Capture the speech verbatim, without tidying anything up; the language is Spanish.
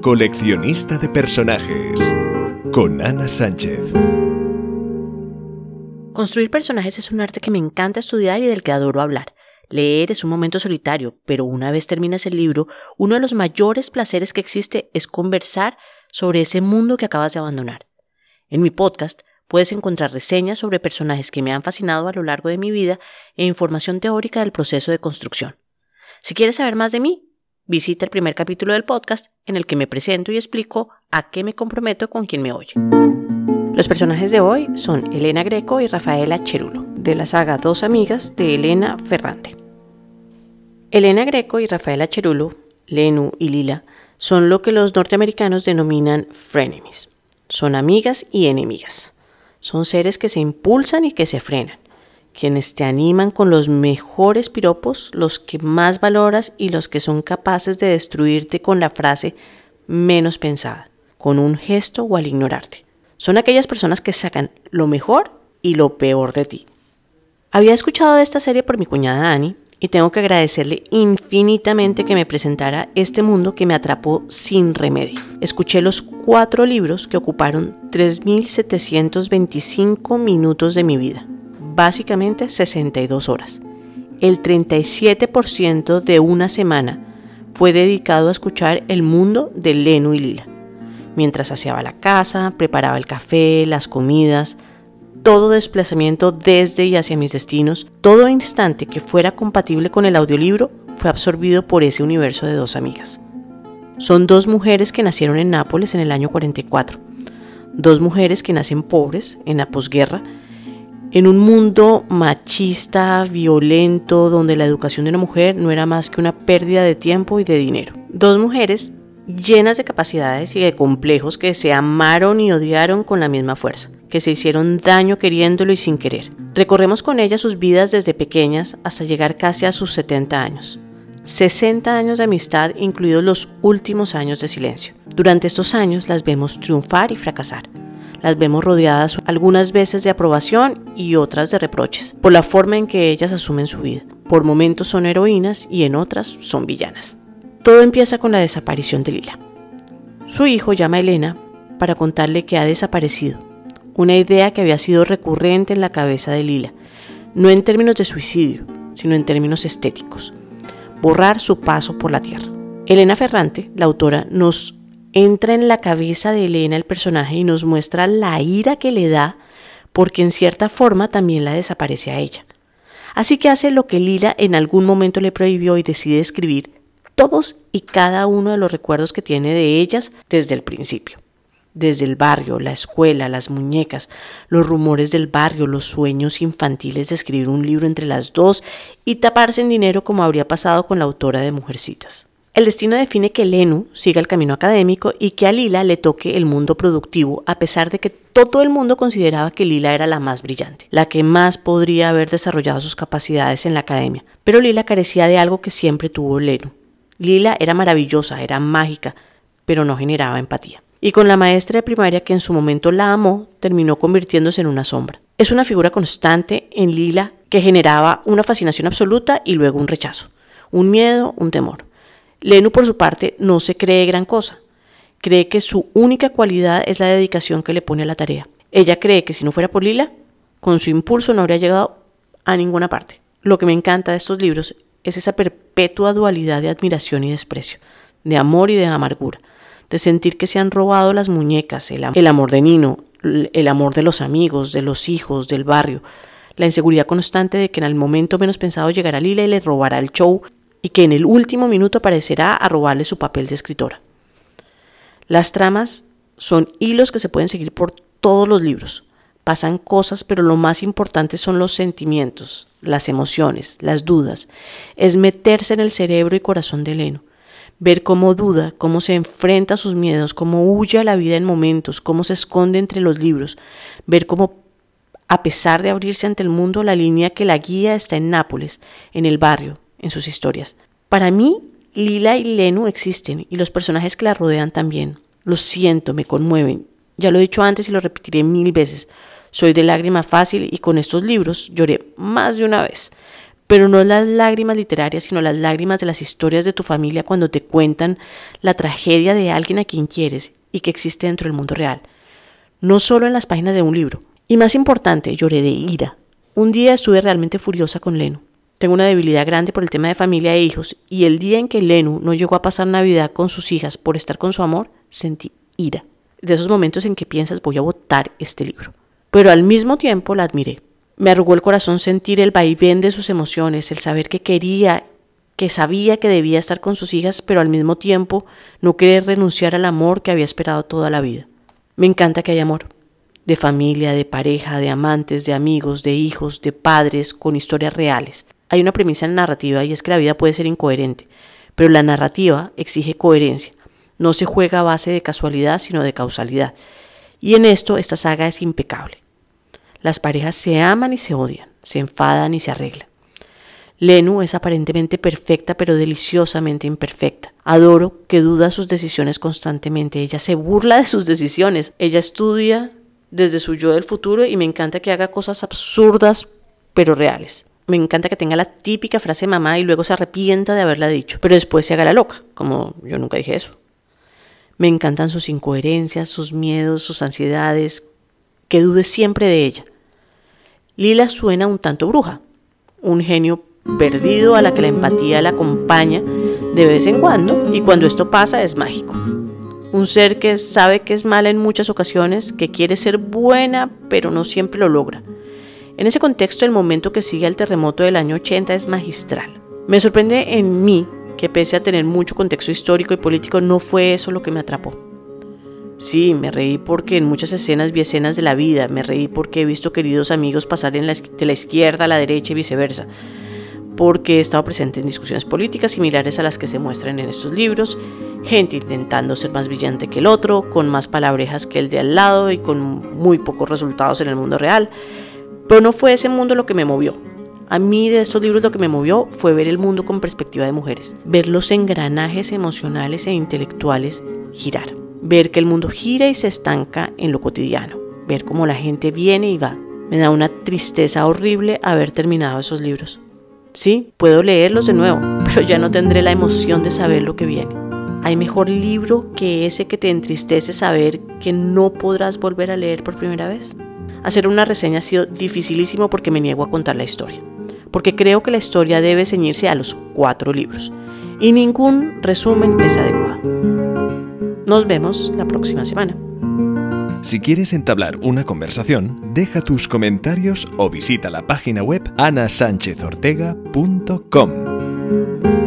Coleccionista de personajes, con Ana Sánchez. Construir personajes es un arte que me encanta estudiar y del que adoro hablar. Leer es un momento solitario, pero una vez terminas el libro, uno de los mayores placeres que existe es conversar sobre ese mundo que acabas de abandonar. En mi podcast puedes encontrar reseñas sobre personajes que me han fascinado a lo largo de mi vida e información teórica del proceso de construcción. Si quieres saber más de mí, visita el primer capítulo del podcast en el que me presento y explico a qué me comprometo con quien me oye. Los personajes de hoy son Elena Greco y Rafaela Cherulo, de la saga Dos amigas de Elena Ferrante. Elena Greco y Rafaela Cherulo, Lenu y Lila, son lo que los norteamericanos denominan frenemies. Son amigas y enemigas. Son seres que se impulsan y que se frenan, quienes te animan con los mejores piropos, los que más valoras y los que son capaces de destruirte con la frase menos pensada, con un gesto o al ignorarte. Son aquellas personas que sacan lo mejor y lo peor de ti. Había escuchado de esta serie por mi cuñada Annie y tengo que agradecerle infinitamente que me presentara este mundo que me atrapó sin remedio. Escuché los cuatro libros que ocuparon tres mil setecientos veinticinco minutos de mi vida. Básicamente sesenta y dos horas. El treinta y siete por ciento de una semana fue dedicado a escuchar el mundo de Lenu y Lila. Mientras aseaba la casa, preparaba el café, las comidas, todo desplazamiento desde y hacia mis destinos, todo instante que fuera compatible con el audiolibro fue absorbido por ese universo de dos amigas. Son dos mujeres que nacieron en Nápoles en el año cuarenta y cuatro. Dos mujeres que nacen pobres en la posguerra, en un mundo machista, violento, donde la educación de una mujer no era más que una pérdida de tiempo y de dinero. Dos mujeres llenas de capacidades y de complejos que se amaron y odiaron con la misma fuerza, que se hicieron daño queriéndolo y sin querer. Recorremos con ellas sus vidas desde pequeñas hasta llegar casi a sus setenta años. sesenta años de amistad, incluidos los últimos años de silencio. Durante estos años las vemos triunfar y fracasar. Las vemos rodeadas algunas veces de aprobación y otras de reproches, por la forma en que ellas asumen su vida. Por momentos son heroínas y en otras son villanas. Todo empieza con la desaparición de Lila. Su hijo llama a Elena para contarle que ha desaparecido, una idea que había sido recurrente en la cabeza de Lila, no en términos de suicidio, sino en términos estéticos, borrar su paso por la tierra. Elena Ferrante, la autora, nos entra en la cabeza de Elena el personaje y nos muestra la ira que le da porque en cierta forma también la desaparece a ella. Así que hace lo que Lila en algún momento le prohibió y decide escribir todos y cada uno de los recuerdos que tiene de ellas desde el principio. Desde el barrio, la escuela, las muñecas, los rumores del barrio, los sueños infantiles de escribir un libro entre las dos y taparse en dinero como habría pasado con la autora de Mujercitas. El destino define que Lenu siga el camino académico y que a Lila le toque el mundo productivo, a pesar de que todo el mundo consideraba que Lila era la más brillante, la que más podría haber desarrollado sus capacidades en la academia. Pero Lila carecía de algo que siempre tuvo Lenu. Lila era maravillosa, era mágica, pero no generaba empatía. Y con la maestra de primaria que en su momento la amó, terminó convirtiéndose en una sombra. Es una figura constante en Lila que generaba una fascinación absoluta y luego un rechazo, un miedo, un temor. Lenu, por su parte, no se cree gran cosa. Cree que su única cualidad es la dedicación que le pone a la tarea. Ella cree que si no fuera por Lila, con su impulso no habría llegado a ninguna parte. Lo que me encanta de estos libros es esa perpetua dualidad de admiración y desprecio, de amor y de amargura, de sentir que se han robado las muñecas, el, am- el amor de Nino, el amor de los amigos, de los hijos, del barrio, la inseguridad constante de que en el momento menos pensado llegará Lila y le robará el show y que en el último minuto aparecerá a robarle su papel de escritora. Las tramas son hilos que se pueden seguir por todos los libros. Pasan cosas, pero lo más importante son los sentimientos, las emociones, las dudas. Es meterse en el cerebro y corazón de Lenu. Ver cómo duda, cómo se enfrenta a sus miedos, cómo huye a la vida en momentos, cómo se esconde entre los libros. Ver cómo, a pesar de abrirse ante el mundo, la línea que la guía está en Nápoles, en el barrio, en sus historias. Para mí, Lila y Lenu existen y los personajes que la rodean también. Los siento, me conmueven. Ya lo he dicho antes y lo repetiré mil veces. Soy de lágrima fácil y con estos libros lloré más de una vez. Pero no las lágrimas literarias, sino las lágrimas de las historias de tu familia cuando te cuentan la tragedia de alguien a quien quieres y que existe dentro del mundo real. No solo en las páginas de un libro. Y más importante, lloré de ira. Un día estuve realmente furiosa con Lenu. Tengo una debilidad grande por el tema de familia e hijos, y el día en que Lenu no llegó a pasar Navidad con sus hijas por estar con su amor, sentí ira. De esos momentos en que piensas, voy a botar este libro. Pero al mismo tiempo la admiré. Me arrugó el corazón sentir el vaivén de sus emociones, el saber que quería, que sabía que debía estar con sus hijas, pero al mismo tiempo no querer renunciar al amor que había esperado toda la vida. Me encanta que haya amor. De familia, de pareja, de amantes, de amigos, de hijos, de padres, con historias reales. Hay una premisa en narrativa y es que la vida puede ser incoherente, pero la narrativa exige coherencia. No se juega a base de casualidad, sino de causalidad. Y en esto esta saga es impecable. Las parejas se aman y se odian, se enfadan y se arreglan. Lenu es aparentemente perfecta, pero deliciosamente imperfecta. Adoro que duda sus decisiones constantemente. Ella se burla de sus decisiones. Ella estudia desde su yo del futuro y me encanta que haga cosas absurdas, pero reales. Me encanta que tenga la típica frase mamá y luego se arrepienta de haberla dicho, pero después se haga la loca, como yo nunca dije eso. Me encantan sus incoherencias, sus miedos, sus ansiedades, que dude siempre de ella. Lila suena un tanto bruja, un genio perdido a la que la empatía la acompaña de vez en cuando, y cuando esto pasa es mágico. Un ser que sabe que es mala en muchas ocasiones, que quiere ser buena, pero no siempre lo logra. En ese contexto, el momento que sigue al terremoto del año ochenta es magistral. Me sorprende en mí que pese a tener mucho contexto histórico y político, no fue eso lo que me atrapó. Sí, me reí porque en muchas escenas vi escenas de la vida, me reí porque he visto queridos amigos pasar en la, de la izquierda a la derecha y viceversa, porque he estado presente en discusiones políticas similares a las que se muestran en estos libros, gente intentando ser más brillante que el otro, con más palabrejas que el de al lado y con muy pocos resultados en el mundo real. Pero no fue ese mundo lo que me movió. A mí de estos libros lo que me movió fue ver el mundo con perspectiva de mujeres, ver los engranajes emocionales e intelectuales girar, ver que el mundo gira y se estanca en lo cotidiano, ver cómo la gente viene y va. Me da una tristeza horrible haber terminado esos libros. Sí, puedo leerlos de nuevo, pero ya no tendré la emoción de saber lo que viene. ¿Hay mejor libro que ese que te entristece saber que no podrás volver a leer por primera vez? Hacer una reseña ha sido dificilísimo porque me niego a contar la historia, porque creo que la historia debe ceñirse a los cuatro libros, y ningún resumen es adecuado. Nos vemos la próxima semana. Si quieres entablar una conversación, deja tus comentarios o visita la página web ana sánchez ortega punto com.